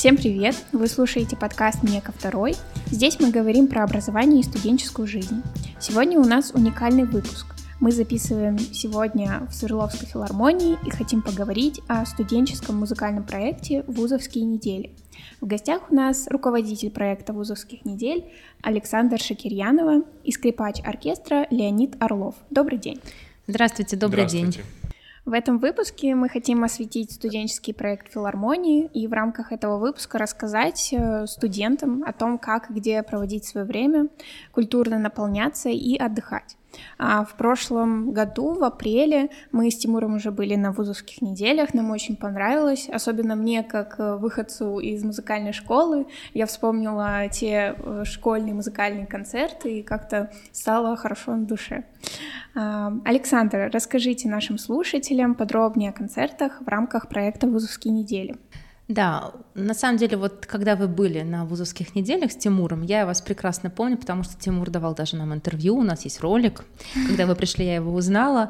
Всем привет! Вы слушаете подкаст «Мека 2». Здесь мы говорим про образование и студенческую жизнь. Сегодня у нас уникальный выпуск. Мы записываем сегодня в Свердловской филармонии и хотим поговорить о студенческом музыкальном проекте «Вузовские недели». В гостях у нас руководитель проекта «Вузовских недель» Александра Шакирьянова и скрипач оркестра Леонид Орлов. Добрый день! Здравствуйте, добрый день! В этом выпуске мы хотим осветить студенческий проект филармонии и в рамках этого выпуска рассказать студентам о том, как и где проводить свое время, культурно наполняться и отдыхать. В прошлом году, в апреле, мы с Тимуром уже были на вузовских неделях, нам очень понравилось, особенно мне, как выходцу из музыкальной школы, я вспомнила те школьные музыкальные концерты и как-то стало хорошо на душе. Александр, расскажите нашим слушателям подробнее о концертах в рамках проекта «Вузовские недели». Да, на самом деле, вот когда вы были на вузовских неделях с Тимуром, я вас прекрасно помню, потому что Тимур давал даже нам интервью, у нас есть ролик, когда вы пришли, я его узнала.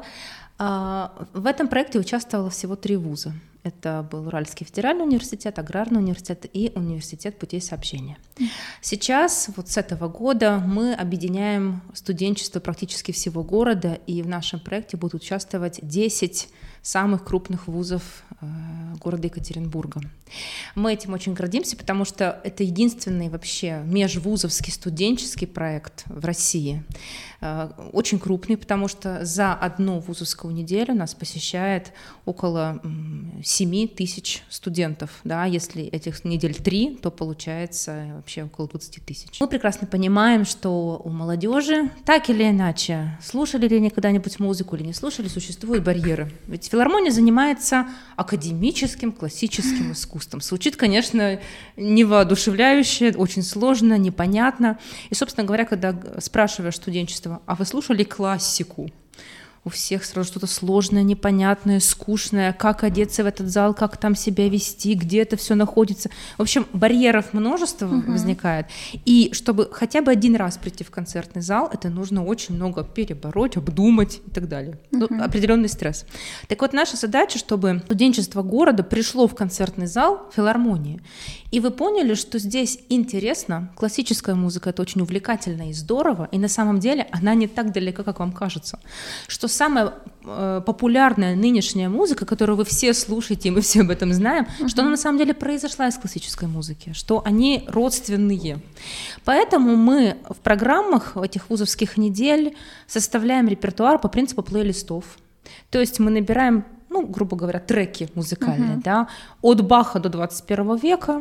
В этом проекте участвовало всего 3 вуза. Это был Уральский федеральный университет, Аграрный университет и Университет путей сообщения. Сейчас, вот с этого года, мы объединяем студенчество практически всего города, и в нашем проекте будут участвовать 10 самых крупных вузов города Екатеринбурга. Мы этим очень гордимся, потому что это единственный вообще межвузовский студенческий проект в России. Очень крупный, потому что за одну вузовскую неделю нас посещает около 7 тысяч студентов. Да? Если этих недель 3, то получается вообще около 20 тысяч. Мы прекрасно понимаем, что у молодежи, так или иначе, слушали ли они когда-нибудь музыку или не слушали, существуют барьеры. Ведь филармония занимается академическим, классическим искусством. Звучит, конечно, невоодушевляюще, очень сложно, непонятно. И, собственно говоря, когда спрашиваешь студенчество, а вы слушали классику? У всех сразу что-то сложное, непонятное, скучное, как одеться в этот зал, как там себя вести, где это все находится. В общем, барьеров множество возникает. И чтобы хотя бы один раз прийти в концертный зал, это нужно очень много перебороть, обдумать и так далее. Определенный стресс. Так вот, наша задача, чтобы студенчество города пришло в концертный зал филармонии, и вы поняли, что здесь интересно, классическая музыка — это очень увлекательно и здорово, и на самом деле она не так далека, как вам кажется. Что самая популярная нынешняя музыка, которую вы все слушаете, и мы все об этом знаем, что она на самом деле произошла из классической музыки, что они родственные. Поэтому мы в программах этих вузовских недель составляем репертуар по принципу плейлистов. То есть мы набираем, грубо говоря, треки музыкальные, да, от Баха до 21 века,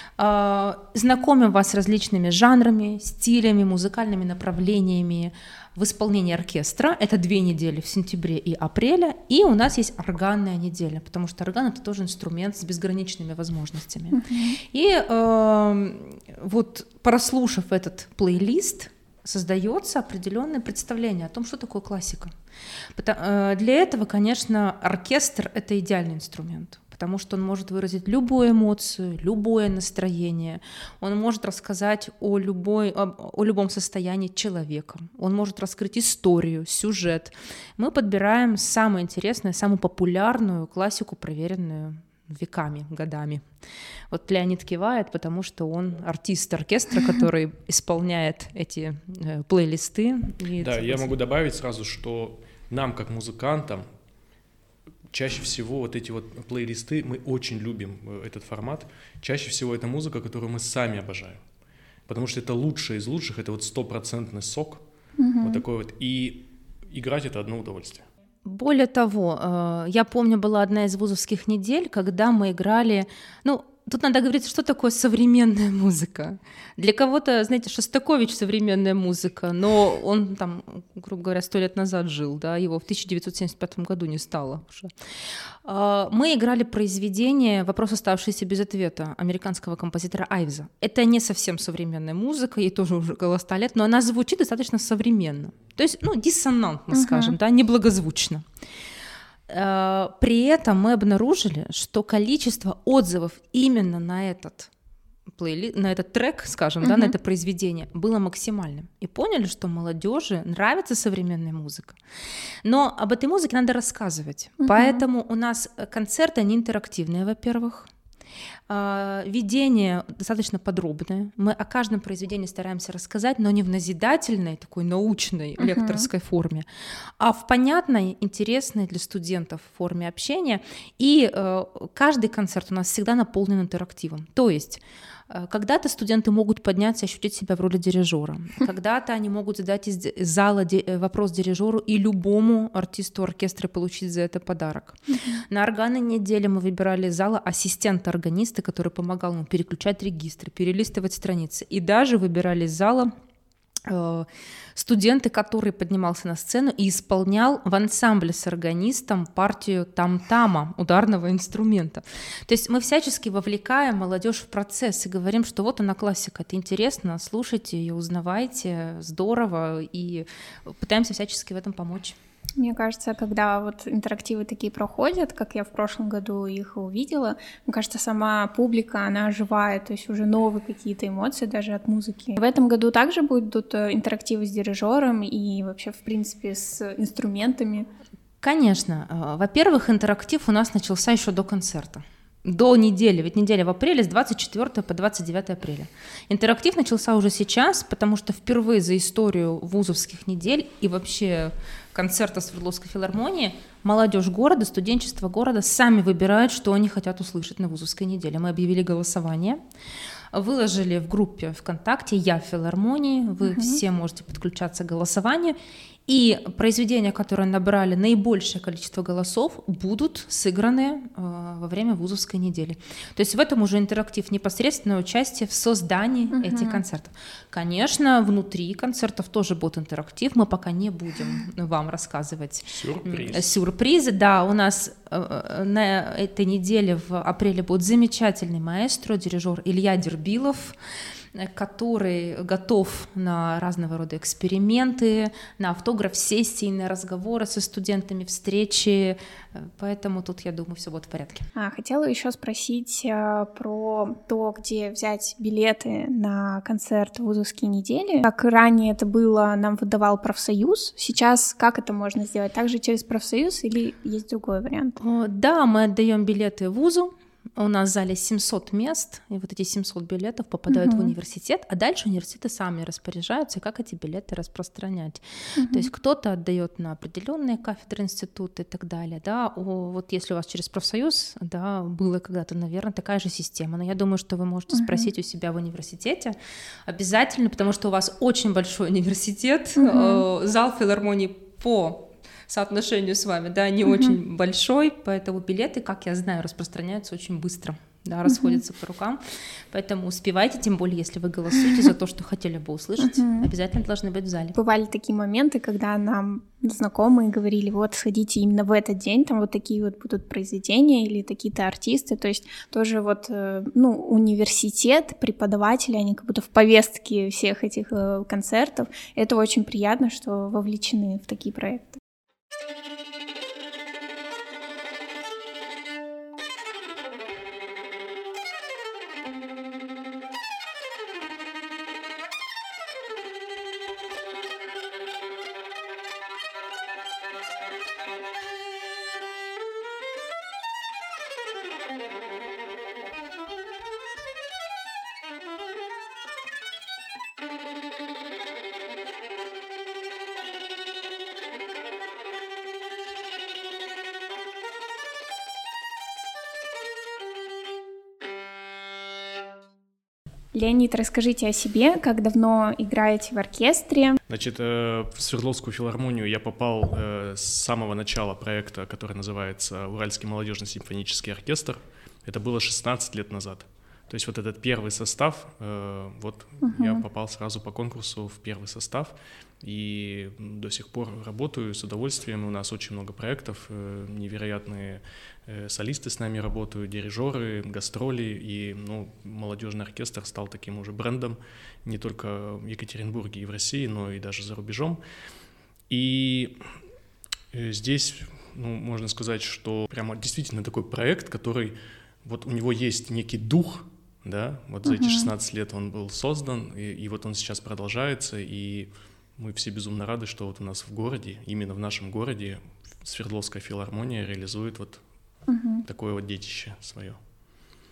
знакомим вас с различными жанрами, стилями, музыкальными направлениями в исполнении оркестра. Это 2 недели в сентябре и апреле. И у нас есть органная неделя, потому что орган — это тоже инструмент с безграничными возможностями. И вот прослушав этот плейлист, создается определенное представление о том, что такое классика. Для этого, конечно, оркестр — это идеальный инструмент, потому что он может выразить любую эмоцию, любое настроение, он может рассказать о любом состоянии человека, он может раскрыть историю, сюжет. Мы подбираем самое интересное, самую популярную классику, проверенную веками, годами. Вот Леонид кивает, потому что он артист оркестра, который исполняет эти плейлисты. Да, я могу добавить сразу, что нам, как музыкантам, чаще всего вот эти вот плейлисты, мы очень любим этот формат. Чаще всего это музыка, которую мы сами обожаем. Потому что это лучшее из лучших, это вот 100% сок. Вот такой вот. И играть — это одно удовольствие. Более того, я помню, была одна из вузовских недель, когда мы играли, тут надо говорить, что такое современная музыка. Для кого-то, знаете, Шостакович — современная музыка, но он там, грубо говоря, 100 лет назад жил, да, его в 1975 году не стало уже. Мы играли произведение «Вопрос, оставшийся без ответа» американского композитора Айвза. Это не совсем современная музыка, ей тоже уже около 100 лет, но она звучит достаточно современно. То есть, диссонантно, скажем, да, неблагозвучно. При этом мы обнаружили, что количество отзывов именно на этот трек, скажем, да, на это произведение было максимальным. И поняли, что молодежи нравится современная музыка. Но об этой музыке надо рассказывать. Поэтому у нас концерты, они интерактивные, во-первых. Ведение достаточно подробное. Мы о каждом произведении стараемся рассказать, но не в назидательной, такой научной лекторской форме, а в понятной, интересной для студентов форме общения. И каждый концерт у нас всегда наполнен интерактивом. То есть когда-то студенты могут подняться и ощутить себя в роли дирижера. Когда-то они могут задать из зала вопрос дирижеру и любому артисту оркестра получить за это подарок. На органной неделе мы выбирали из зала ассистента-органиста, который помогал ему переключать регистры, перелистывать страницы. И даже выбирали из зала студенты, который поднимался на сцену и исполнял в ансамбле с органистом партию там-тама, ударного инструмента. То есть мы всячески вовлекаем молодежь в процесс и говорим, что вот она классика, это интересно, слушайте ее, узнавайте, здорово, и пытаемся всячески в этом помочь. Мне кажется, когда вот интерактивы такие проходят, как я в прошлом году их увидела, мне кажется, сама публика, она оживает, то есть уже новые какие-то эмоции даже от музыки. В этом году также будут интерактивы с дирижером и вообще, в принципе, с инструментами? Конечно. Во-первых, интерактив у нас начался еще до концерта. До недели, ведь неделя в апреле с 24 по 29 апреля. Интерактив начался уже сейчас, потому что впервые за историю вузовских недель и вообще концерта Свердловской филармонии молодежь города, студенчество города сами выбирают, что они хотят услышать на вузовской неделе. Мы объявили голосование, выложили в группе ВКонтакте «Я в филармонии», вы все можете подключаться к голосованию, и произведения, которые набрали наибольшее количество голосов, будут сыграны во время вузовской недели. То есть в этом уже интерактив, непосредственное участие в создании этих концертов. Конечно, внутри концертов тоже будет интерактив, мы пока не будем вам рассказывать сюрпризы. Да, у нас на этой неделе в апреле будет замечательный маэстро, дирижер Илья Дербилов, который готов на разного рода эксперименты, на автограф-сессии, на разговоры со студентами, встречи, поэтому тут, я думаю, все будет в порядке. Хотела еще спросить про то, где взять билеты на концерт «Вузовские недели». Как ранее это было, нам выдавал профсоюз, сейчас как это можно сделать? Также через профсоюз или есть другой вариант? Да, мы отдаем билеты вузу. У нас в зале 700 мест, и вот эти 700 билетов попадают в университет, а дальше университеты сами распоряжаются, как эти билеты распространять. То есть кто-то отдает на определенные кафедры, институты и так далее. Да? Вот если у вас через профсоюз, да, было когда-то, наверное, такая же система, но я думаю, что вы можете спросить у себя в университете обязательно, потому что у вас очень большой университет, зал филармонии по соотношению с вами, да, не очень большой, поэтому билеты, как я знаю, распространяются очень быстро, да, расходятся по рукам, поэтому успевайте, тем более, если вы голосуете за то, что хотели бы услышать, обязательно должны быть в зале. Бывали такие моменты, когда нам знакомые говорили, вот, сходите именно в этот день, там вот такие вот будут произведения или такие-то артисты, то есть тоже вот, университет, преподаватели, они как будто в повестке всех этих концертов, это очень приятно, что вовлечены в такие проекты. Леонид, расскажите о себе, как давно играете в оркестре? Значит, в Свердловскую филармонию я попал с самого начала проекта, который называется «Уральский молодежный симфонический оркестр». Это было 16 лет назад. То есть вот этот первый состав, я попал сразу по конкурсу в первый состав, и до сих пор работаю с удовольствием. У нас очень много проектов, невероятные солисты с нами работают, дирижеры, гастроли, и молодежный оркестр стал таким уже брендом не только в Екатеринбурге и в России, но и даже за рубежом. И здесь, можно сказать, что прямо действительно такой проект, который вот у него есть некий дух, да, вот за эти 16 лет он был создан, и вот он сейчас продолжается, и мы все безумно рады, что вот у нас в городе, именно в нашем городе, Свердловская филармония реализует вот такое вот детище свое.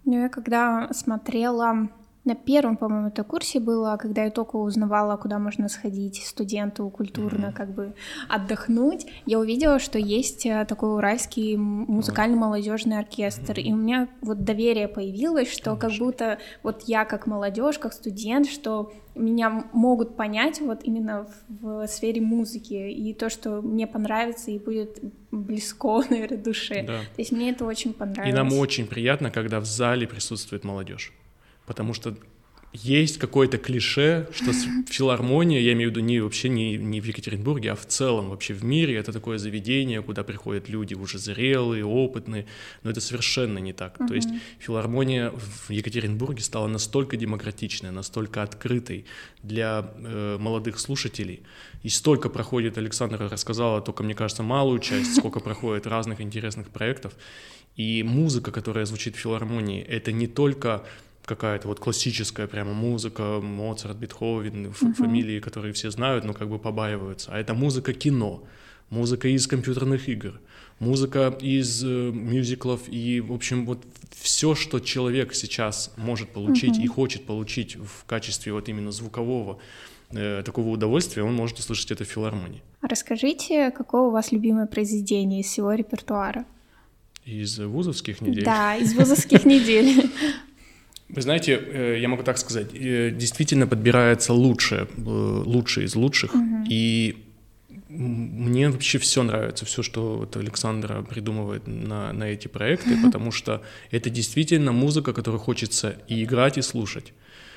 Ну, я когда смотрела... На первом, по-моему, это курсе было, когда я только узнавала, куда можно сходить студенту культурно как бы отдохнуть, я увидела, что есть такой уральский музыкальный молодежный оркестр, и у меня вот доверие появилось, что как будто вот я как молодежь, как студент, что меня могут понять вот именно в сфере музыки, и то, что мне понравится и будет близко, наверное, душе. Да. То есть мне это очень понравилось. И нам очень приятно, когда в зале присутствует молодежь. Потому что есть какое-то клише, что филармония, я имею в виду вообще не в Екатеринбурге, а в целом вообще в мире, это такое заведение, куда приходят люди уже зрелые, опытные, но это совершенно не так. То есть филармония в Екатеринбурге стала настолько демократичной, настолько открытой для молодых слушателей, и столько проходит, Александра рассказала только, мне кажется, малую часть, сколько проходит разных интересных проектов, и музыка, которая звучит в филармонии, это не только какая-то вот классическая прямо музыка, Моцарт, Бетховен, фамилии, которые все знают, но как бы побаиваются. А это музыка кино, музыка из компьютерных игр, музыка из мюзиклов и, в общем, вот все, что человек сейчас может получить и хочет получить в качестве вот именно звукового такого удовольствия, он может услышать это в филармонии. Расскажите, какое у вас любимое произведение из всего репертуара? Из вузовских недель? Да, из вузовских недель. Вы знаете, я могу так сказать, действительно подбирается лучшее из лучших, и мне вообще все нравится, все, что вот Александра придумывает на эти проекты, потому что это действительно музыка, которую хочется и играть, и слушать.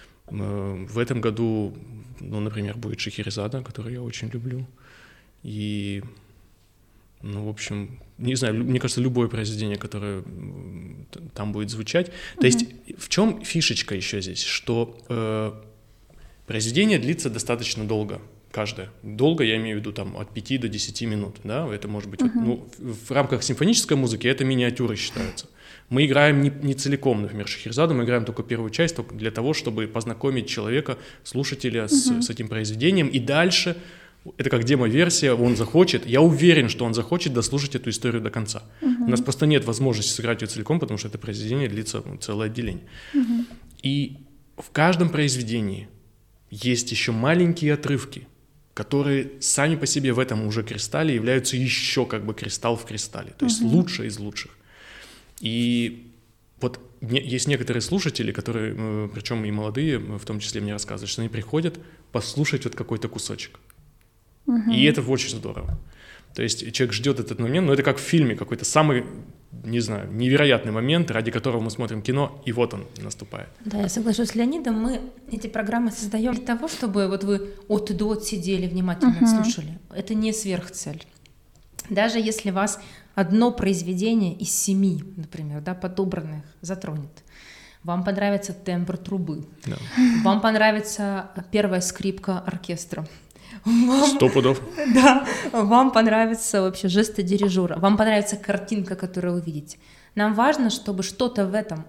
В этом году, ну, например, будет Шахерезада, которую я очень люблю, и... Ну, в общем, не знаю, мне кажется, любое произведение, которое там будет звучать. То есть в чем фишечка еще здесь, что произведение длится достаточно долго, каждое. Долго я имею в виду там от 5 до 10 минут, да, это может быть, ну, в рамках симфонической музыки это миниатюры считаются. Мы играем не целиком, например, Шахерезаду, мы играем только первую часть, только для того, чтобы познакомить человека, слушателя с этим произведением, и дальше... Это как демо-версия, он захочет, я уверен, что он захочет дослушать эту историю до конца. У нас просто нет возможности сыграть ее целиком, потому что это произведение длится целое отделение. И в каждом произведении есть еще маленькие отрывки, которые сами по себе в этом уже кристалле являются еще как бы кристалл в кристалле, то есть лучшее из лучших. И вот есть некоторые слушатели, которые, причем и молодые, в том числе мне рассказывают, что они приходят послушать вот какой-то кусочек. И это очень здорово. То есть человек ждет этот момент, но это как в фильме какой-то самый, не знаю, невероятный момент, ради которого мы смотрим кино, и вот он наступает. Да, я соглашусь с Леонидом, мы эти программы создаем для того, чтобы вот вы от и до сидели, внимательно слушали. Это не сверхцель. Даже если вас одно произведение из 7, например, да, подобранных затронет, вам понравится тембр трубы, вам понравится первая скрипка оркестра, Сто пудов. Да, вам понравится вообще жесты дирижера, вам понравится картинка, которую вы видите. Нам важно, чтобы что-то в этом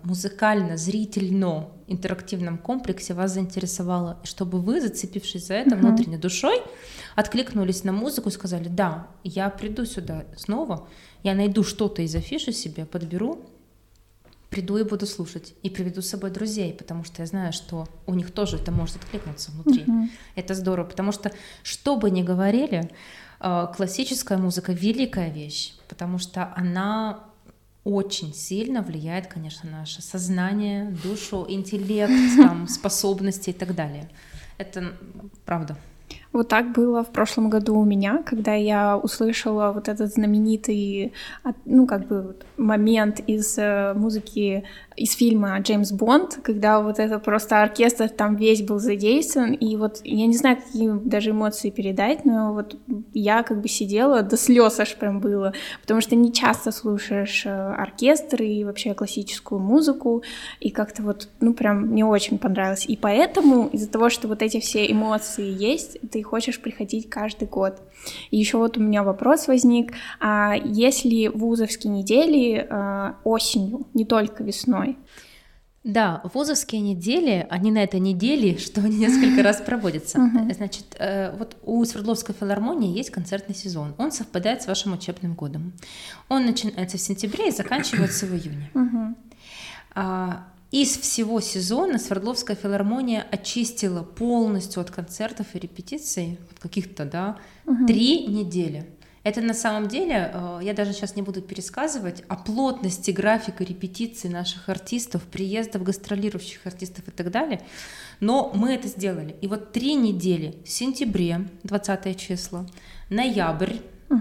музыкально-зрительно-интерактивном комплексе вас заинтересовало, и чтобы вы, зацепившись за это внутренней душой, откликнулись на музыку и сказали: да, я приду сюда снова, я найду что-то из афиши себе, подберу, приду и буду слушать, и приведу с собой друзей, потому что я знаю, что у них тоже это может откликнуться внутри. Это здорово, потому что, что бы ни говорили, классическая музыка — великая вещь, потому что она очень сильно влияет, конечно, на наше сознание, душу, интеллект, там, способности и так далее. Это правда. Вот так было в прошлом году у меня, когда я услышала вот этот знаменитый, ну, как бы момент из музыки, из фильма «Джеймс Бонд», когда вот это просто оркестр там весь был задействован, и вот я не знаю, какие даже эмоции передать, но вот я как бы сидела, до слез аж прям было, потому что не часто слушаешь оркестр и вообще классическую музыку, и как-то вот, ну, прям мне очень понравилось. И поэтому из-за того, что вот эти все эмоции есть, ты хочешь приходить каждый год. И еще вот у меня вопрос возник: а есть ли вузовские недели осенью, не только весной? Да, вузовские недели, они на этой неделе, что они несколько раз проводятся. Значит, вот у Свердловской филармонии есть концертный сезон, он совпадает с вашим учебным годом. Он начинается в сентябре и заканчивается в июне. Из всего сезона Свердловская филармония очистила полностью от концертов и репетиций, от каких-то, 3 недели. Это на самом деле, я даже сейчас не буду пересказывать, о плотности графика репетиций наших артистов, приездов гастролирующих артистов и так далее, но мы это сделали. И вот 3 недели в сентябре, 20 число, ноябрь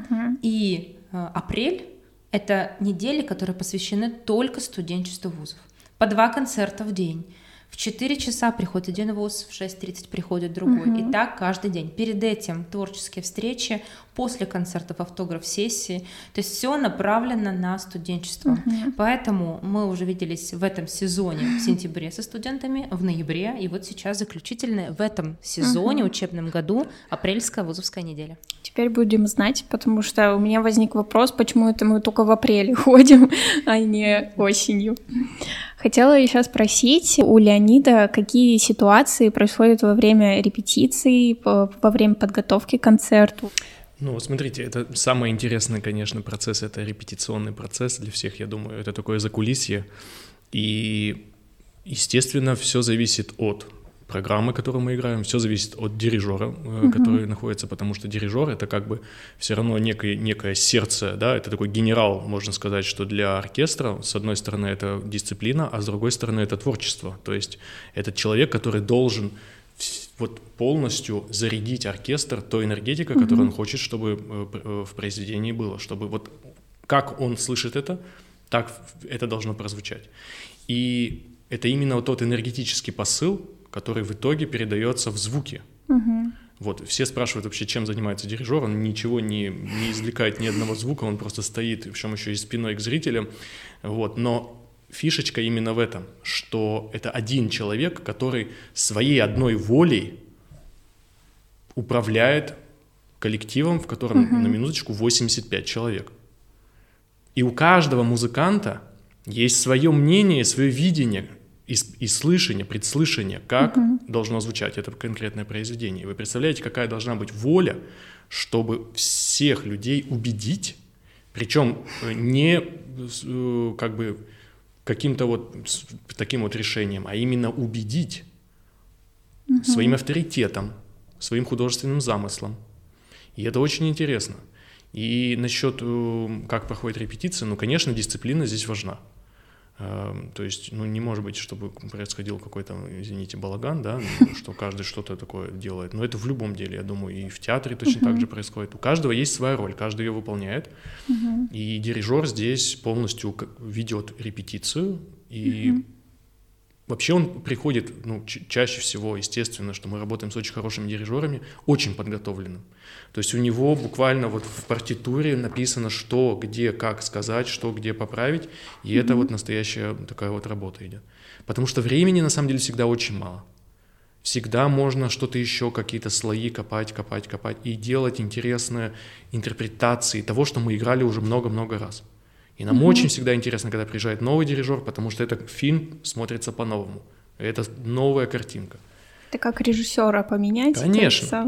и апрель — это недели, которые посвящены только студенчеству вузов. По 2 концерта в день. В 4 часа приходит один вуз, в 6:30 приходит другой. И так каждый день. Перед этим творческие встречи, после концертов автограф-сессии. То есть все направлено на студенчество. Поэтому мы уже виделись в этом сезоне в сентябре со студентами, в ноябре, и вот сейчас заключительная в этом сезоне, учебном году, апрельская вузовская неделя. Теперь будем знать, потому что у меня возник вопрос, почему это мы только в апреле ходим, а не осенью. Хотела еще спросить у Леонида, какие ситуации происходят во время репетиций, во время подготовки к концерту? Ну, смотрите, это самый интересный, конечно, процесс, это репетиционный процесс для всех, я думаю, это такое закулисье, и, естественно, все зависит от программы, которую мы играем, все зависит от дирижера, который находится, потому что дирижер — это как бы все равно некое сердце, да, это такой генерал, можно сказать, что для оркестра, с одной стороны, это дисциплина, а с другой стороны, это творчество, то есть это человек, который должен вот полностью зарядить оркестр той энергетикой, которую он хочет, чтобы в произведении было, чтобы вот как он слышит это, так это должно прозвучать. И это именно вот тот энергетический посыл, который в итоге передается в звуки. Вот, все спрашивают вообще, чем занимается дирижер, он ничего не извлекает ни одного звука, он просто стоит, причем еще и спиной к зрителям, вот, но фишечка именно в этом, что это один человек, который своей одной волей управляет коллективом, в котором, на минуточку, 85 человек. И у каждого музыканта есть свое мнение, свое видение и слышание, предслышание, как должно звучать это конкретное произведение. Вы представляете, какая должна быть воля, чтобы всех людей убедить, причем не как бы каким-то вот таким вот решением, а именно убедить своим авторитетом, своим художественным замыслом. И это очень интересно. И насчет, как проходит репетиция, ну, конечно, дисциплина здесь важна. То есть, ну, не может быть, чтобы происходил какой-то, извините, балаган, да, что каждый что-то такое делает. Но это в любом деле, я думаю, и в театре точно так же происходит. У каждого есть своя роль, каждый ее выполняет. И дирижер здесь полностью ведет репетицию. И вообще он приходит, ну, чаще всего, естественно, что мы работаем с очень хорошими дирижерами, очень подготовленным. То есть у него буквально вот в партитуре написано, что, где, как сказать, что, где поправить, и это вот настоящая такая вот работа идет. Потому что времени на самом деле всегда очень мало. Всегда можно что-то еще, какие-то слои копать и делать интересные интерпретации того, что мы играли уже много-много раз. И нам очень всегда интересно, когда приезжает новый дирижер, потому что этот фильм смотрится по-новому. Это новая картинка. Это как режиссера поменять? Конечно.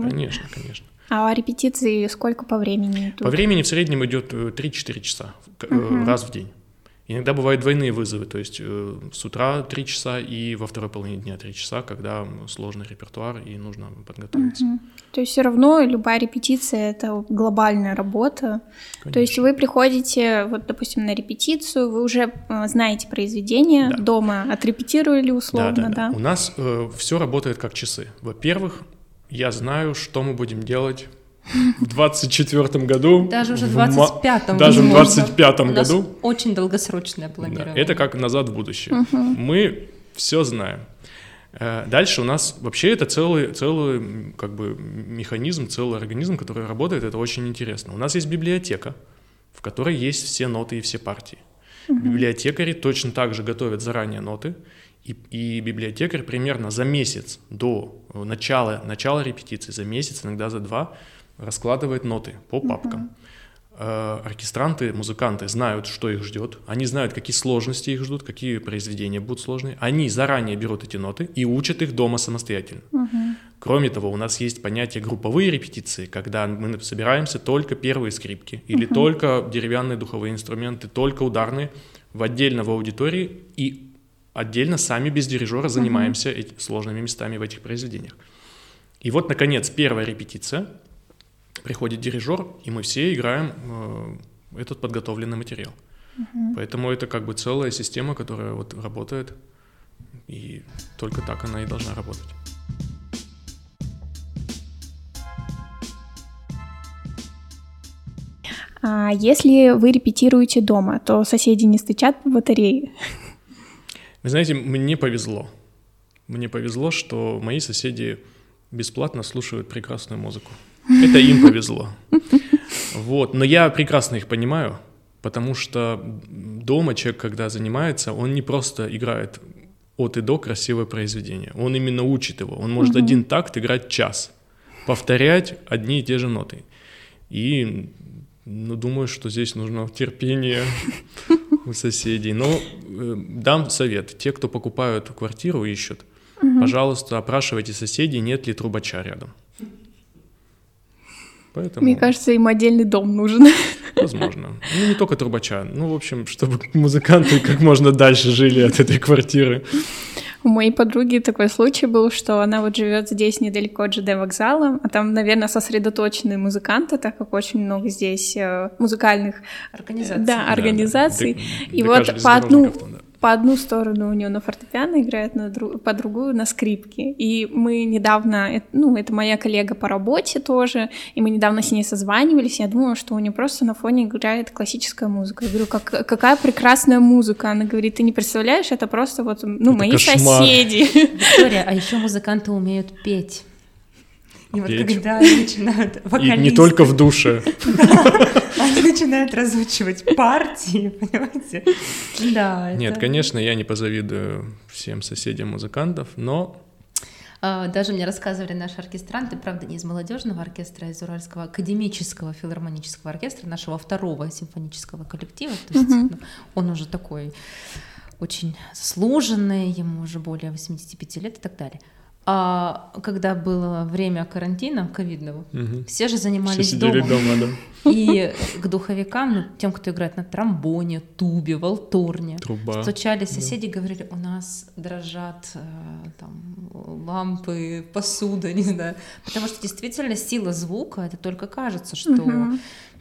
А репетиции сколько по времени идут? По времени в среднем идет 3-4 часа раз в день. Иногда бывают двойные вызовы, то есть с утра 3 часа и во второй половине дня 3 часа, когда сложный репертуар и нужно подготовиться. То есть все равно любая репетиция — это глобальная работа. Конечно. То есть вы приходите, вот, допустим, на репетицию, вы уже знаете произведение, дома отрепетировали условно, да? У нас все работает как часы. Во-первых, я знаю, что мы будем делать в 24-м году. Даже уже в 25-м. Даже в 25-м году. У нас очень долгосрочное планирование. Да, это как назад в будущее. Мы все знаем. Дальше у нас вообще это целый как бы механизм, целый организм, который работает, это очень интересно. У нас есть библиотека, в которой есть все ноты и все партии. Библиотекари точно так же готовят заранее ноты, и библиотекарь примерно за месяц до начала репетиции, за месяц, иногда за 2, раскладывает ноты по папкам. Оркестранты, музыканты знают, что их ждет, они знают, какие сложности их ждут, какие произведения будут сложные. Они заранее берут эти ноты и учат их дома самостоятельно. Кроме того, у нас есть понятие групповые репетиции, когда мы собираемся только первые скрипки или только деревянные духовые инструменты, только ударные, отдельно в аудитории, и отдельно сами без дирижера занимаемся сложными местами в этих произведениях. И вот, наконец, первая репетиция, приходит дирижер, и мы все играем этот подготовленный материал. Поэтому это как бы целая система, которая вот работает, и только так она и должна работать. А если вы репетируете дома, то соседи не стучат по батарее? Вы знаете, мне повезло. Мне повезло, что мои соседи бесплатно слушают прекрасную музыку. Это им повезло. Вот. Но я прекрасно их понимаю, потому что дома человек, когда занимается, он не просто играет от и до красивое произведение, он именно учит его. Он может один такт играть час, повторять одни и те же ноты. И думаю, что здесь нужно терпение у соседей. Но дам совет. Те, кто покупают квартиру, ищут, пожалуйста, опрашивайте соседей, нет ли трубача рядом. Поэтому... Мне кажется, им отдельный дом нужен. Возможно. Ну, не только трубача. Ну, в общем, чтобы музыканты как можно дальше жили от этой квартиры. У моей подруги такой случай был, что она вот живет здесь недалеко от ЖД вокзала, а там, наверное, сосредоточены музыканты, так как очень много здесь музыкальных организаций. Да, организаций. Да. И вот по одну сторону у нее на фортепиано играет, по другую на скрипке. И мы недавно, это моя коллега по работе тоже, и мы недавно с ней созванивались, я думала, что у нее просто на фоне играет классическая музыка. Я говорю, какая прекрасная музыка. Она говорит, ты не представляешь, это просто вот, мои кошмар. Соседи. Виктория, а еще музыканты умеют петь. И вот когда они начинают вокалисты... И не только в душе. Они начинают разучивать партии, понимаете? Да. Нет, конечно, я не позавидую всем соседям музыкантов, но... Даже мне рассказывали наши оркестранты, правда, не из молодежного оркестра, а из Уральского академического филармонического оркестра, нашего второго симфонического коллектива. То есть он уже такой очень заслуженный, ему уже более 85 лет и так далее. А когда было время карантина ковидного, все же занимались все сидели дома, да. И к духовикам, тем, кто играет на тромбоне, тубе, валторне, труба, стучали соседи, говорили, у нас дрожат там лампы, посуда, не знаю. Потому что действительно сила звука, это только кажется, что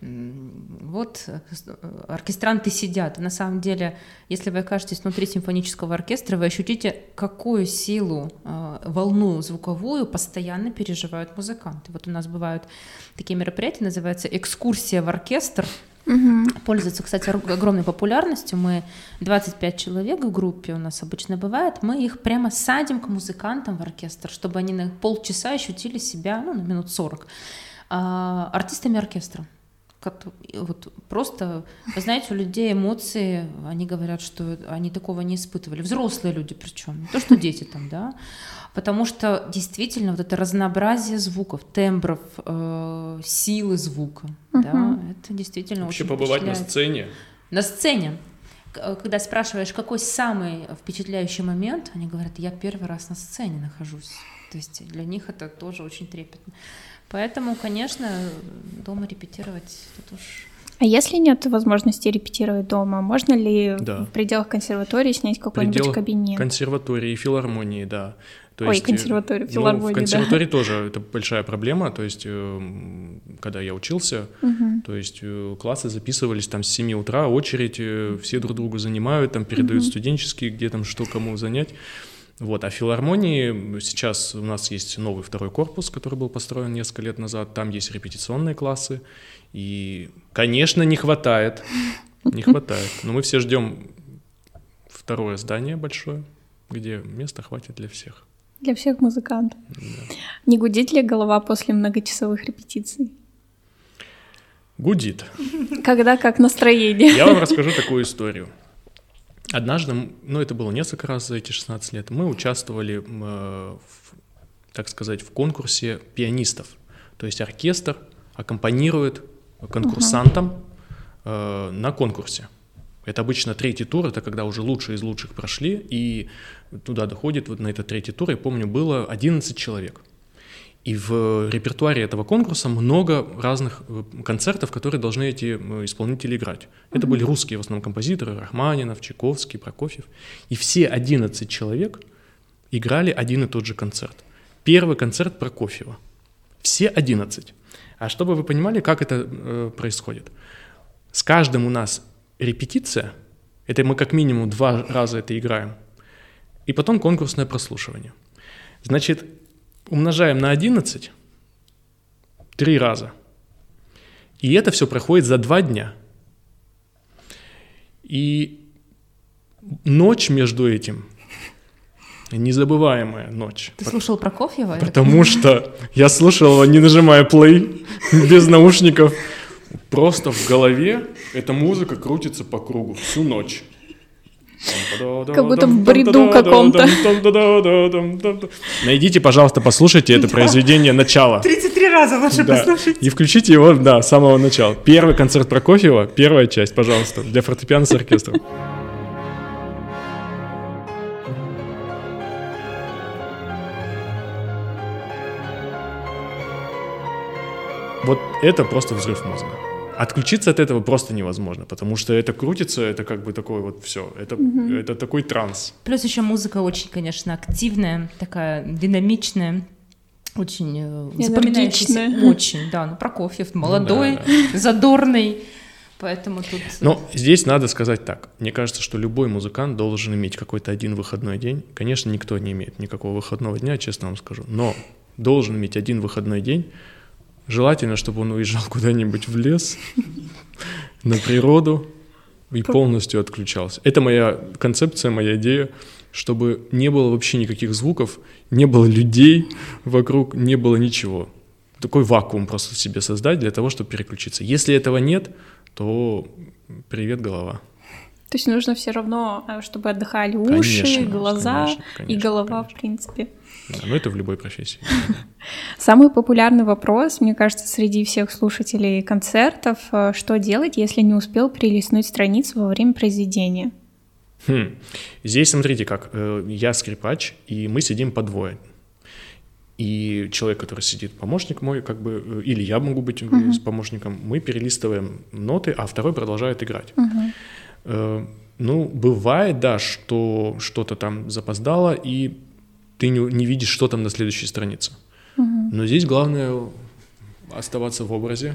вот оркестранты сидят. На самом деле, если вы окажетесь внутри симфонического оркестра, вы ощутите, какую силу, волну звуковую постоянно переживают музыканты. Вот у нас бывают такие мероприятия, называется «Экскурсия в оркестр». Пользуется, кстати, огромной популярностью. Мы 25 человек в группе у нас обычно бывает. Мы их прямо садим к музыкантам в оркестр, чтобы они на полчаса ощутили себя, на минут 40, артистами оркестра. Вот просто, вы знаете, у людей эмоции, они говорят, что они такого не испытывали. Взрослые люди причем, не то что дети там, да. Потому что действительно вот это разнообразие звуков, тембров, силы звука, да, это действительно вообще очень побывать впечатляет. на сцене. На сцене. Когда спрашиваешь, какой самый впечатляющий момент, они говорят, я первый раз на сцене нахожусь. То есть для них это тоже очень трепетно. Поэтому, конечно, дома репетировать тут уж... А если нет возможности репетировать дома, можно ли в пределах консерватории снять какой-нибудь кабинет? Консерватории, филармонии, да. Консерватория, филармония, в консерватории тоже это большая проблема, то есть когда я учился, то есть классы записывались там с 7 утра, очередь, все друг другу занимают, там передают студенческие, где там что кому занять. Вот, а в филармонии сейчас у нас есть новый второй корпус, который был построен несколько лет назад, там есть репетиционные классы, и, конечно, не хватает, но мы все ждем второе здание большое, где места хватит для всех. Для всех музыкантов. Да. Не гудит ли голова после многочасовых репетиций? Гудит. Когда как настроение? Я вам расскажу такую историю. Однажды, это было несколько раз за эти 16 лет, мы участвовали, так сказать, в конкурсе пианистов. То есть оркестр аккомпанирует конкурсантам на конкурсе. Это обычно третий тур, это когда уже лучшие из лучших прошли, и туда доходит, вот на этот третий тур, я помню, было 11 человек. И в репертуаре этого конкурса много разных концертов, которые должны эти исполнители играть. Это были русские в основном композиторы: Рахманинов, Чайковский, Прокофьев. И все 11 человек играли один и тот же концерт. Первый концерт Прокофьева. Все 11. А чтобы вы понимали, как это происходит. С каждым у нас репетиция, это мы как минимум 2 раза это играем, и потом конкурсное прослушивание. Значит, умножаем на 11 3 раза. И это все проходит за 2 дня. И ночь между этим, незабываемая ночь. Ты слушал Прокофьева? Потому что я слушал его, не нажимая play, без наушников. Просто в голове эта музыка крутится по кругу всю ночь. Как будто в бреду каком-то. Найдите, пожалуйста, послушайте это произведение «Начало». 33 раза лучше послушать. И включите его, с самого начала. Первый концерт Прокофьева, первая часть, пожалуйста, для фортепиано с оркестром. Вот это просто взрыв мозга. Отключиться от этого просто невозможно, потому что это крутится, это как бы такое вот все, это такой транс. Плюс еще музыка очень, конечно, активная, такая динамичная, очень запоминающаяся. Очень, да, Прокофьев молодой, задорный, поэтому тут... Но здесь надо сказать так, мне кажется, что любой музыкант должен иметь какой-то один выходной день. Конечно, никто не имеет никакого выходного дня, честно вам скажу, но должен иметь один выходной день. Желательно, чтобы он уезжал куда-нибудь в лес, на природу и полностью отключался. Это моя концепция, моя идея, чтобы не было вообще никаких звуков, не было людей вокруг, не было ничего. Такой вакуум просто себе создать для того, чтобы переключиться. Если этого нет, то привет, голова. То есть нужно все равно, чтобы отдыхали уши, глаза и голова, в принципе. Да, но это в любой профессии. Самый популярный вопрос, мне кажется, среди всех слушателей концертов: что делать, если не успел перелистнуть страницу во время произведения? Здесь смотрите как, я скрипач, и мы сидим по двое. И человек, который сидит, помощник мой, как бы, или я могу быть с помощником, мы перелистываем ноты, а второй продолжает играть. Ну, бывает, да, что что-то там запоздало, и ты не видишь, что там на следующей странице. Но здесь главное оставаться в образе,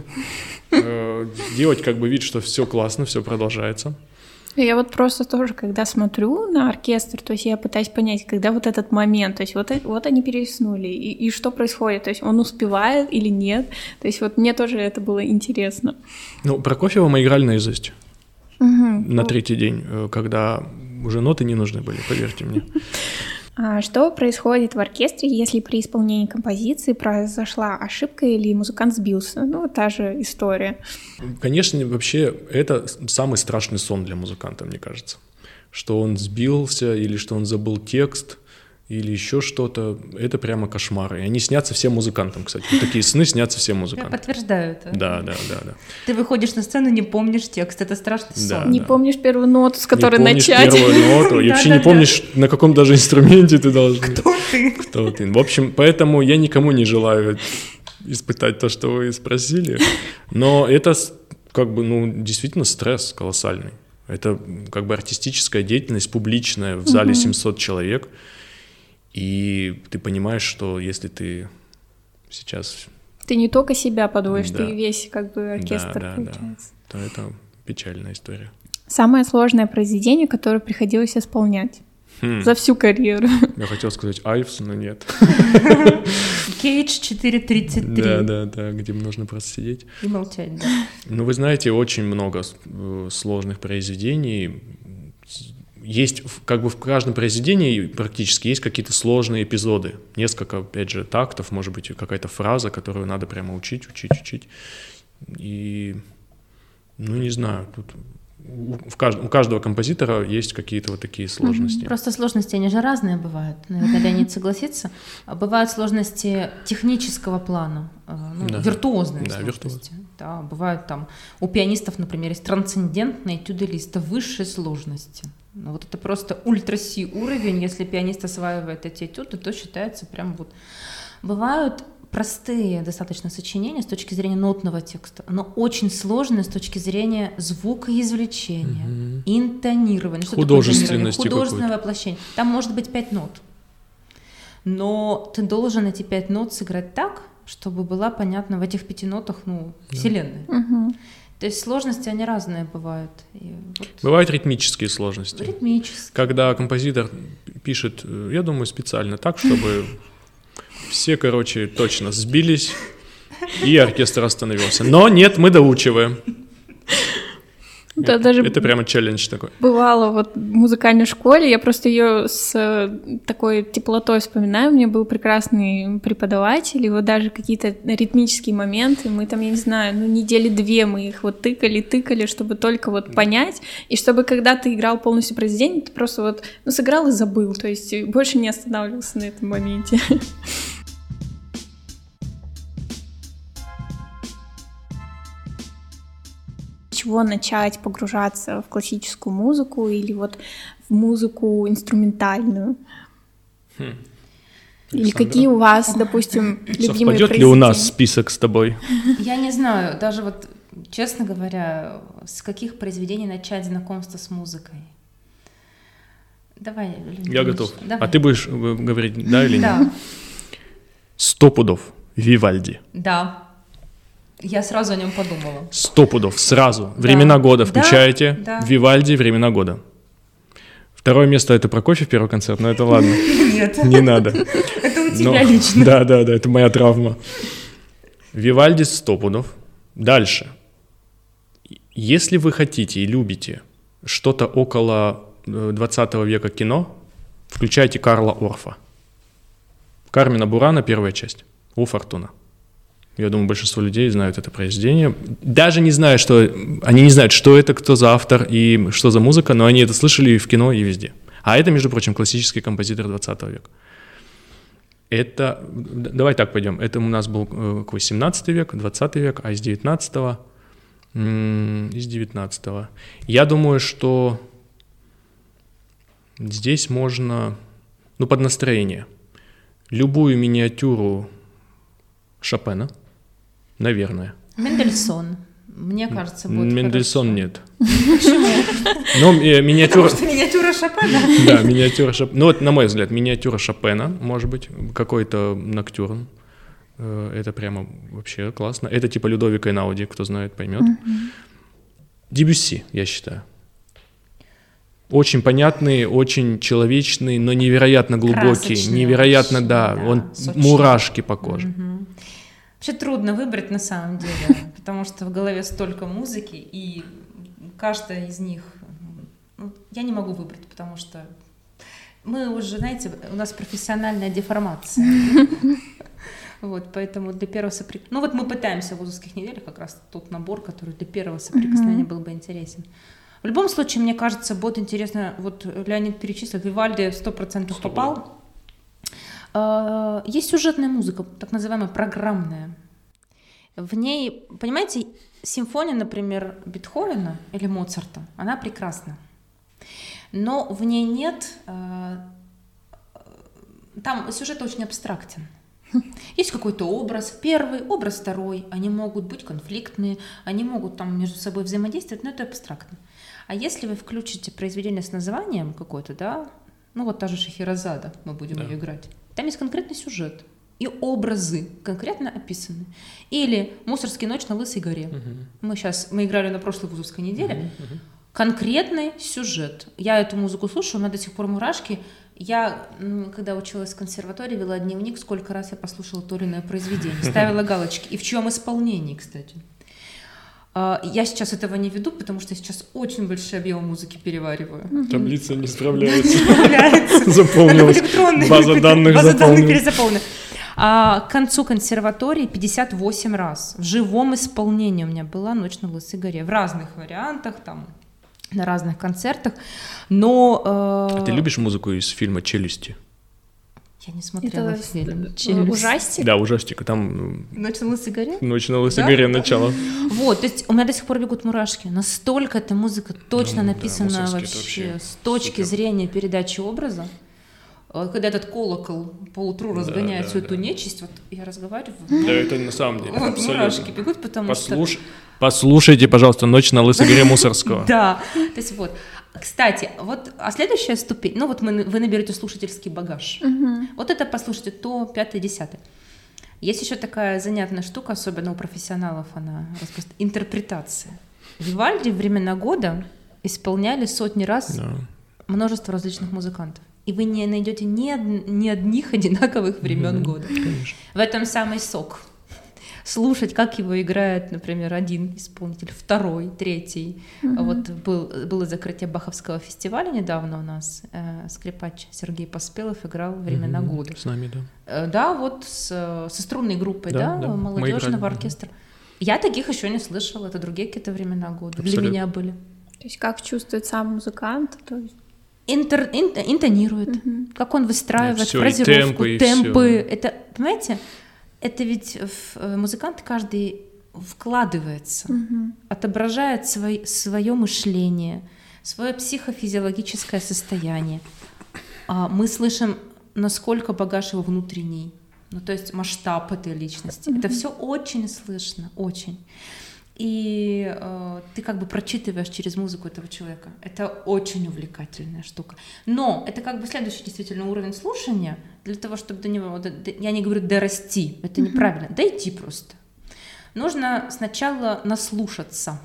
делать как бы вид, что все классно, все продолжается. Я вот просто тоже, когда смотрю на оркестр, то есть я пытаюсь понять, когда вот этот момент, то есть вот они перелистнули, и что происходит, то есть он успевает или нет, то есть вот мне тоже это было интересно. Ну, Прокофьева мы играли наизусть на 3-й день, когда уже ноты не нужны были, поверьте мне. А что происходит в оркестре, если при исполнении композиции произошла ошибка или музыкант сбился? Ну, та же история. Конечно, вообще это самый страшный сон для музыканта, мне кажется. Что он сбился или что он забыл текст или еще что-то. Это прямо кошмары. И они снятся всем музыкантам, кстати. Вот такие сны снятся всем музыкантам. Я подтверждаю это. Да. Ты выходишь на сцену, не помнишь текст. Это страшный сон. Не помнишь первую ноту, с которой начать. Не помнишь первую ноту. И вообще не помнишь, на каком даже инструменте ты должен. Кто ты? В общем, поэтому я никому не желаю испытать то, что вы спросили. Но это как бы, действительно стресс колоссальный. Это как бы артистическая деятельность публичная в зале 700 человек. И ты понимаешь, что если ты сейчас... Ты не только себя подводишь, ты весь как бы оркестр, получается. Да, то это печальная история. Самое сложное произведение, которое приходилось исполнять за всю карьеру. Я хотел сказать Айвс, но нет. Кейдж 4:33. Да, где нужно просто сидеть. И молчать, да. Ну, вы знаете, очень много сложных произведений. Есть, как бы в каждом произведении практически есть какие-то сложные эпизоды. Несколько, опять же, тактов, может быть, какая-то фраза, которую надо прямо учить. И, не знаю, тут у каждого композитора есть какие-то вот такие сложности. Просто сложности, они же разные бывают. Наверное, Леонид согласится. Бывают сложности технического плана, виртуозные сложности. Да, бывают там у пианистов, например, есть трансцендентные этюды-листы высшей сложности. Вот это просто ультра-си уровень. Если пианист осваивает эти этюды, то считается прям вот... Бывают простые достаточно сочинения с точки зрения нотного текста, но очень сложные с точки зрения звукоизвлечения, интонирования, художественности, художественного воплощения. Там может быть 5 нот, но ты должен эти 5 нот сыграть так, чтобы была понятна в этих 5 нотах, вселенная. То есть сложности, они разные бывают. Бывают ритмические сложности. Ритмические. Когда композитор пишет, я думаю, специально так, чтобы все, точно сбились, и оркестр остановился. Но нет, мы доучиваем. Да, даже это прямо челлендж такой. Бывало в музыкальной школе, я просто ее с такой теплотой вспоминаю, у меня был прекрасный преподаватель, и даже какие-то ритмические моменты, мы там, я не знаю, недели 2 мы их тыкали, чтобы только понять, и чтобы когда ты играл полностью произведение, ты просто сыграл и забыл, то есть больше не останавливался на этом моменте. Чего начать погружаться в классическую музыку или в музыку инструментальную? Или какие у вас, допустим, любимые произведения? Совпадет ли у нас список с тобой? Я не знаю, даже честно говоря, с каких произведений начать знакомство с музыкой? Давай, я готов. Давай. А ты будешь говорить да или нет? Да. 100 пудов. Вивальди. Да. Я сразу о нем подумала. 100 пудов, сразу. Времена года включаете. Да. Вивальди, времена года. Второе место — это Прокофьев, первый концерт, но это ладно. Нет. Не надо. Это у тебя лично. Да, это моя травма. Вивальди 100 пудов. Дальше. Если вы хотите и любите что-то около 20 века кино, включайте Карла Орфа. Кармина Бурана, первая часть. У Фортуна. Я думаю, большинство людей знают это произведение. Даже не знают, они не знают, что это, кто за автор и что за музыка, но они это слышали и в кино, и везде. А это, между прочим, классический композитор 20 века. Давай так пойдем. Это у нас был 18 век, 20 век, а из 19-го... Из 19-го. Я думаю, что здесь можно, под настроение, любую миниатюру Шопена, наверное. Мендельсон. Мне кажется, будет Мендельсон хорошо. нет. Почему? Миниатюра... Потому что миниатюра Шопена. Да, миниатюра Шопена. На мой взгляд, миниатюра Шопена, может быть, какой-то ноктюрн. Это прямо вообще классно. Это типа Людовика Эйнауди, кто знает, поймет. Дебюсси, я считаю. Очень понятный, очень человечный, но невероятно глубокий. Красочный, невероятно, очень, да. Он мурашки по коже. Вообще трудно выбрать на самом деле, потому что в голове столько музыки, и каждая из них... я не могу выбрать, потому что мы уже, знаете, у нас профессиональная деформация. Поэтому для первого соприкосновения... мы пытаемся в вузовских неделях, как раз тот набор, который для первого соприкосновения был бы интересен. В любом случае, мне кажется, будет интересно, Леонид перечислил, Вивальди 100% попал. Есть сюжетная музыка, так называемая программная. В ней, понимаете, симфония, например, Бетховена или Моцарта, она прекрасна. Но в ней нет... Там сюжет очень абстрактен. Есть какой-то образ первый, образ второй, они могут быть конфликтные, они могут там между собой взаимодействовать, но это абстрактно. А если вы включите произведение с названием какое-то, да, та же Шахерезада, мы будем ее играть, там есть конкретный сюжет и образы конкретно описаны. Или «Мусорский ночь на Лысой горе». Мы играли на прошлой вузовской неделе. Конкретный сюжет. Я эту музыку слушаю, у меня до сих пор мурашки. Я, когда училась в консерватории, вела дневник, сколько раз я послушала то или иное произведение. Ставила галочки. И в чьем исполнении, кстати. Я сейчас этого не веду, потому что я сейчас очень большие объемы музыки перевариваю. Таблица не справляется. Заполнилась. База данных перезаполнена. К концу консерватории 58 раз в живом исполнении у меня была «Ночь на Лысой горе». В разных вариантах, там, на разных концертах. Но... А ты любишь музыку из фильма «Челюсти»? Я не смотрела фильм. Ужастик? Да, ужастик. Там... «Ночь на Лысой горе»? «Ночь на Лысой горе», начало. То есть у меня до сих пор бегут мурашки. Настолько эта музыка точно написана вообще с точки зрения передачи образа. когда этот колокол поутру разгоняет всю эту нечисть, вот я разговариваю. Да, это на самом деле Вот абсолютно. мурашки бегут, потому что... Послушайте, пожалуйста, «Ночь на Лысой горе Мусорского». Да, то есть вот. Кстати, вот, а следующая ступень, ну вот вы наберете слушательский багаж. Вот это послушайте, то 5-10. Есть еще такая занятная штука, особенно у профессионалов, она интерпретация. Вивальди «Времена года» исполняли сотни раз множество различных музыкантов. И вы не найдете ни одних одинаковых времен года. Конечно. В этом самый сок. Слушать, как его играет, например, один исполнитель, второй, третий. Вот было закрытие Баховского фестиваля недавно у нас. Скрипач Сергей Поспелов играл «Времена года». С нами, да. Да, вот со струнной группой, да, молодежного оркестра. Я таких еще не слышала, это другие какие-то времена года. Абсолютно. Для меня были. То есть как чувствует сам музыкант, то есть... Интонирует, как он выстраивает фразировку, темпы. Это, понимаете, это ведь музыкант каждый вкладывается, отображает свое мышление, свое психофизиологическое состояние. Мы слышим, насколько багаж его внутренний, ну, то есть масштаб этой личности. Это все очень слышно, очень. И ты как бы прочитываешь через музыку этого человека. Это очень увлекательная штука. Но это как бы следующий действительно уровень слушания для того, чтобы до него, я не говорю дорасти, это неправильно, дойти просто. Нужно сначала наслушаться.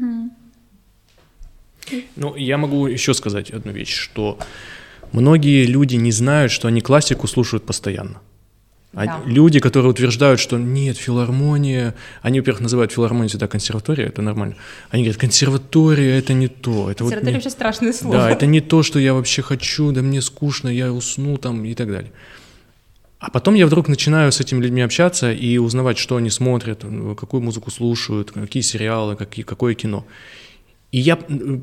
Ну, я могу еще сказать одну вещь, что многие люди не знают, что они классику слушают постоянно. Да. Люди, которые утверждают, что нет, филармония, они, во-первых, называют филармонию всегда консерваторией, это нормально. Они говорят, консерватория — это не то. Это консерватория вообще страшное слово. Да, это не то, что я вообще хочу, да мне скучно, я усну там и так далее. А потом я вдруг начинаю с этими людьми общаться и узнавать, что они смотрят, какую музыку слушают, какие сериалы, какое кино. И я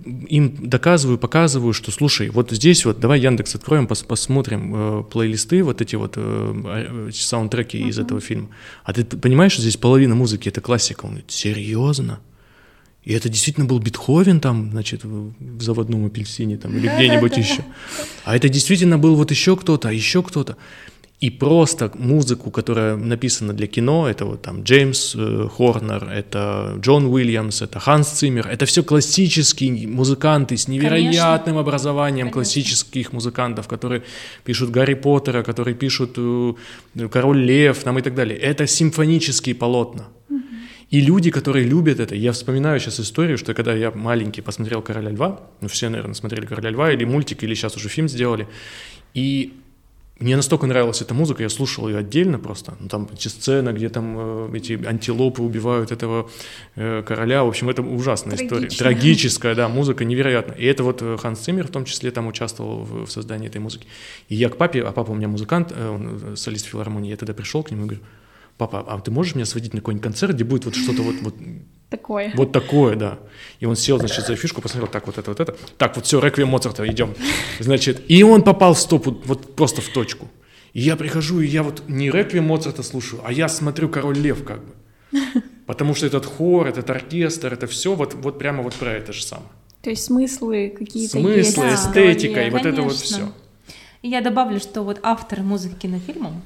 им доказываю, показываю, что, слушай, вот здесь вот, давай Яндекс откроем, посмотрим плейлисты, вот эти вот саундтреки из этого фильма. А ты понимаешь, что здесь половина музыки — это классика? Он говорит, серьезно? И это действительно был Бетховен там, значит, в «Заводном апельсине» там, или где-нибудь еще. А это действительно был вот еще кто-то, а еще кто-то. И просто музыку, которая написана для кино, это вот там Джеймс Хорнер, это Джон Уильямс, это Ханс Циммер, это все классические музыканты с невероятным образованием классических музыкантов, которые пишут Гарри Поттера, которые пишут Король Лев там, и так далее. Это симфонические полотна. И люди, которые любят это, я вспоминаю сейчас историю, что когда я маленький посмотрел «Короля льва», ну все, наверное, смотрели «Короля льва», или мультик, или сейчас уже фильм сделали, и мне настолько нравилась эта музыка, я слушал ее отдельно просто. Ну, там сцена, где там эти антилопы убивают этого короля. В общем, это ужасная история. Трагическая, да, музыка невероятная. И это вот Ханс Циммер в том числе там участвовал в создании этой музыки. И я к папе, а папа у меня музыкант, он солист филармонии, я тогда пришел к нему и говорю, папа, а ты можешь меня сводить на какой-нибудь концерт, где будет вот что-то вот такое. Вот такое, да. И он сел, значит, за фишку, посмотрел, так, вот это. Так, вот все, реквием Моцарта, идем. Значит, и он попал в стопу, вот просто в точку. И я прихожу, и я вот не реквием Моцарта слушаю, а я смотрю «Король Лев» как бы. Потому что этот хор, этот оркестр, это все вот прямо вот про это же самое. То есть смыслы какие-то есть. Смыслы, эстетика, и вот это вот все. И я добавлю, что вот автор музыки к кинофильмам,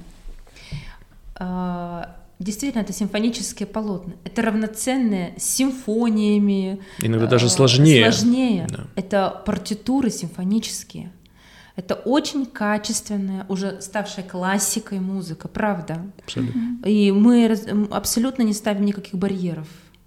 действительно, это симфонические полотна. Это равноценные с симфониями. Иногда даже сложнее. Да. Это партитуры симфонические. Это очень качественная, уже ставшая классикой музыка, правда? Абсолютно. И мы абсолютно не ставим никаких барьеров.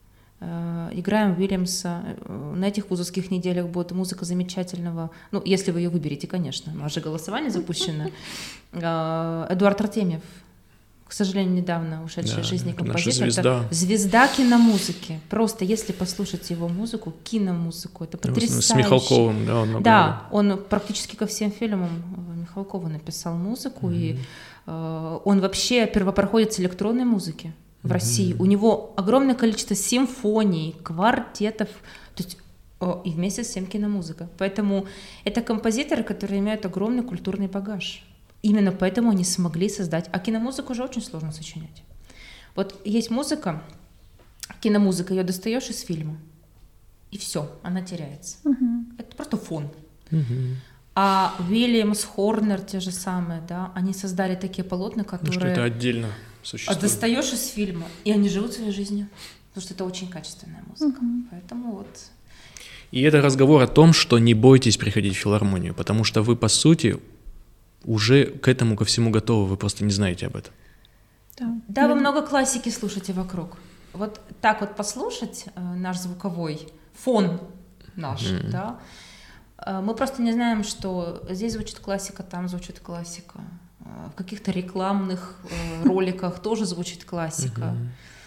Играем Уильямса. На этих вузовских неделях будет музыка замечательного, ну, если вы ее выберете, конечно. У нас же голосование запущено. Эдуард Артемьев. К сожалению, недавно ушедшая из жизни композитор. Это звезда киномузыки. Просто если послушать его музыку, киномузыку, это потрясающе. С Михалковым, да, он много. Да, он практически ко всем фильмам Михалкова написал музыку, и он вообще первопроходец электронной музыки в России. У него огромное количество симфоний, квартетов, то есть и вместе с тем киномузыка. Поэтому это композиторы, которые имеют огромный культурный багаж. Именно поэтому они смогли создать. А киномузыку же очень сложно сочинять. Вот есть музыка, киномузыка, ее достаешь из фильма, и все, она теряется. Это просто фон. А Уильямс, Хорнер, те же самые, да, они создали такие полотна, которые... Что это отдельно существует. Достаешь из фильма, и они живут своей жизнью, потому что это очень качественная музыка. Поэтому вот... И это разговор о том, что не бойтесь приходить в филармонию, потому что вы, по сути, уже к этому ко всему готовы, вы просто не знаете об этом. Да, вы много классики слушаете вокруг. Вот так вот послушать наш звуковой фон наш, да, мы просто не знаем, что здесь звучит классика, там звучит классика. В каких-то рекламных роликах тоже звучит классика.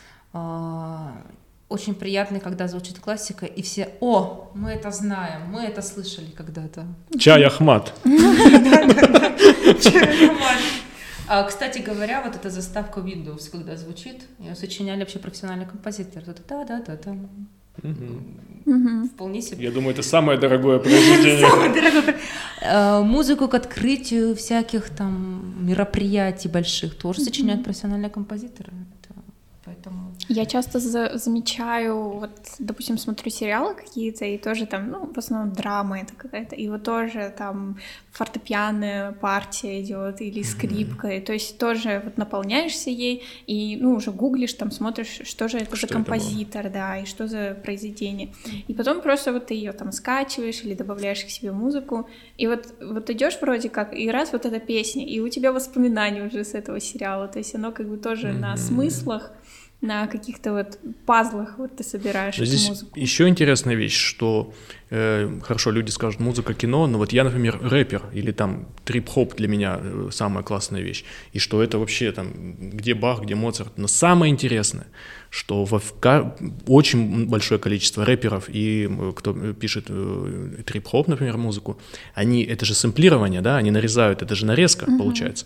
Очень приятно, когда звучит классика, и все: «О, мы это знаем, мы это слышали когда-то». Чай Ахмат. Чай Ахмат. Кстати говоря, вот эта заставка Windows, когда звучит, ее сочиняли вообще профессиональный композитор. Да-да-да-да. Вполне себе. Я думаю, это самое дорогое произведение. Самое дорогое. Музыку к открытию всяких там мероприятий больших тоже сочиняют профессиональные композиторы. Поэтому... Я часто замечаю, вот, допустим, смотрю сериалы какие-то, и тоже там, ну, в основном драма это какая-то, и вот тоже там фортепианная партия идет или скрипка, и то есть тоже вот наполняешься ей, и, ну, уже гуглишь, там смотришь, что же это за композитор, да, и что за произведение. И потом просто вот ты ее там скачиваешь или добавляешь к себе музыку, и вот идешь вроде как, и раз вот эта песня, и у тебя воспоминания уже с этого сериала, то есть оно как бы тоже на смыслах, на каких-то вот пазлах вот ты собираешь эту музыку. Еще интересная вещь, что хорошо, люди скажут музыка, кино, но вот я, например, рэпер, или там трип-хоп для меня самая классная вещь, и что это вообще там, где Бах, где Моцарт, но самое интересное, что очень большое количество рэперов и кто пишет трип-хоп, например, музыку, это же сэмплирование, да, они нарезают, это же нарезка получается.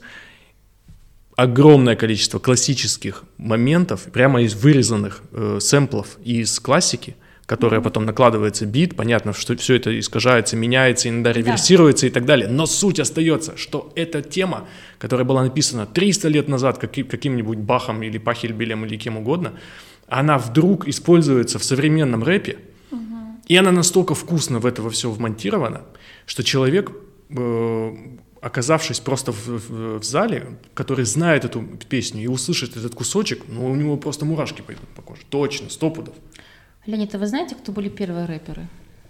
Огромное количество классических моментов, прямо из вырезанных сэмплов из классики, которая потом накладывается бит, понятно, что все это искажается, меняется, иногда реверсируется и так далее, но суть остается, что эта тема, которая была написана 300 лет назад каким-нибудь Бахом или Пахельбелем или кем угодно, она вдруг используется в современном рэпе, и она настолько вкусно в это все вмонтирована, что человек... оказавшись просто в зале, который знает эту песню и услышит этот кусочек, ну, у него просто мурашки пойдут по коже. Точно, 100%. Леонид, а вы знаете, кто были первые рэперы?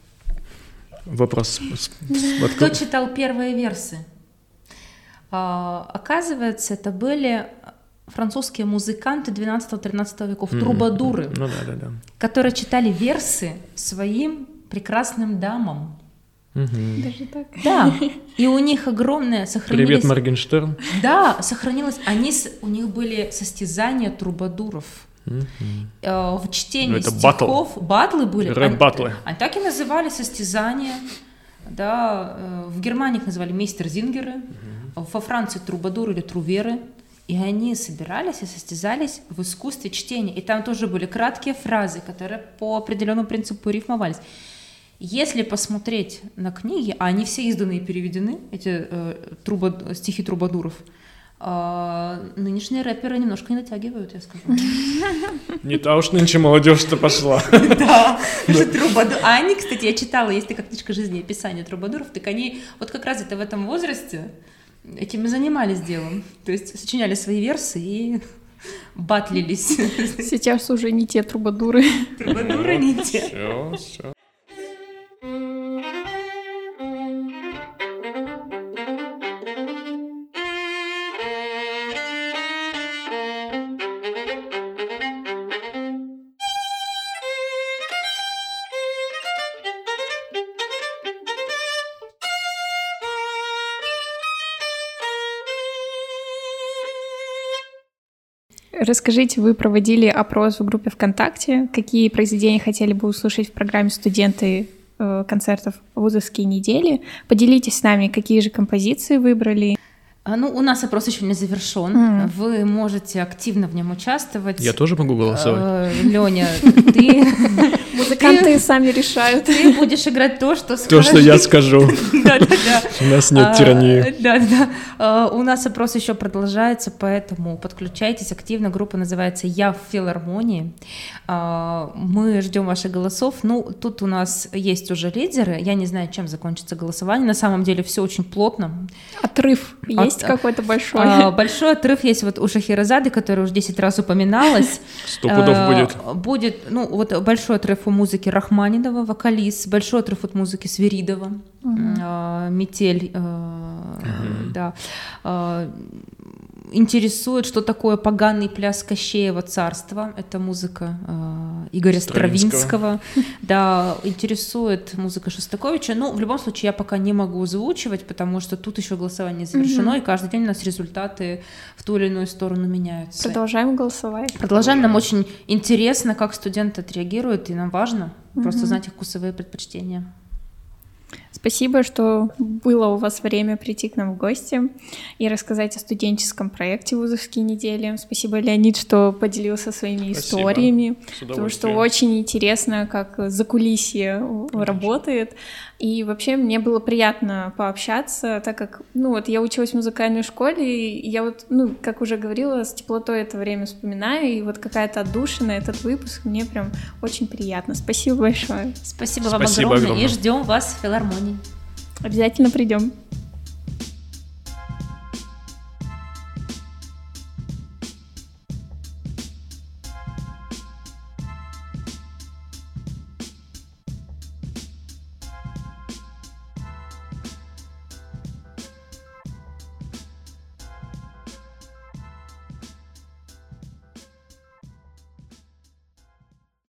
Вопрос. Кто читал первые версы? Оказывается, это были французские музыканты 12-13 веков, трубадуры, которые читали версы своим прекрасным дамам. Даже так? Да, и у них огромное сохранилось... Привет, Моргенштерн. Да, сохранилось... У них были состязания трубадуров. В чтении стихов. Батлы были. Рэп-батлы. Они так и называли состязания. Да, в Германии их называли мейстерзингеры, во Франции трубадуры или труверы. И они собирались и состязались в искусстве чтения. И там тоже были краткие фразы, которые по определенному принципу рифмовались. Если посмотреть на книги, а они все изданы и переведены, эти стихи трубадуров, нынешние рэперы немножко не дотягивают, я скажу. Не та уж нынче молодежь-то пошла. Да, трубадур. А они, кстати, я читала, есть такая книжка «Жизнеописание трубадуров», так они вот как раз это в этом возрасте этим и занимались делом. То есть сочиняли свои версы и батлились. Сейчас уже не те трубадуры. Трубадуры не те. Все. Расскажите, вы проводили опрос в группе ВКонтакте, какие произведения хотели бы услышать в программе «Студенты концертов вузовские недели». Поделитесь с нами, какие же композиции выбрали. У нас опрос еще не завершен. Вы можете активно в нем участвовать. Я тоже могу голосовать. Леня, ты... Музыканты сами решают. Ты будешь играть то, что скажешь. То, что я скажу. Да-да-да. У нас нет тирании. Да-да. У нас опрос еще продолжается, поэтому подключайтесь активно. Группа называется «Я в филармонии». Мы ждем ваших голосов. Тут у нас есть уже лидеры. Я не знаю, чем закончится голосование. На самом деле все очень плотно. Отрыв есть какой-то большой? Большой отрыв есть вот у Шахерезады, которая уже 10 раз упоминалась. 100 пудов будет. Будет большой отрыв у музыки Рахманинова, вокалист, большой отрыв от музыки Свиридова, Метель, да. Интересует, что такое «Поганый пляс Кощеева царства». Это музыка Игоря Стравинского. Да, интересует музыка Шостаковича. В любом случае, я пока не могу озвучивать, потому что тут еще голосование не завершено, и каждый день у нас результаты в ту или иную сторону меняются. Продолжаем голосовать. Продолжаем. Нам очень интересно, как студенты отреагируют, и нам важно просто знать их вкусовые предпочтения. Спасибо, что было у вас время прийти к нам в гости и рассказать о студенческом проекте «Вузовские недели». Спасибо, Леонид, что поделился своими историями, потому что очень интересно, как закулисье работает. И вообще мне было приятно пообщаться, так как, я училась в музыкальной школе, и я как уже говорила, с теплотой это время вспоминаю, и вот какая-то отдушина, этот выпуск, мне прям очень приятно. Спасибо большое. Спасибо вам огромное, и ждем вас в филармонии. Обязательно придем.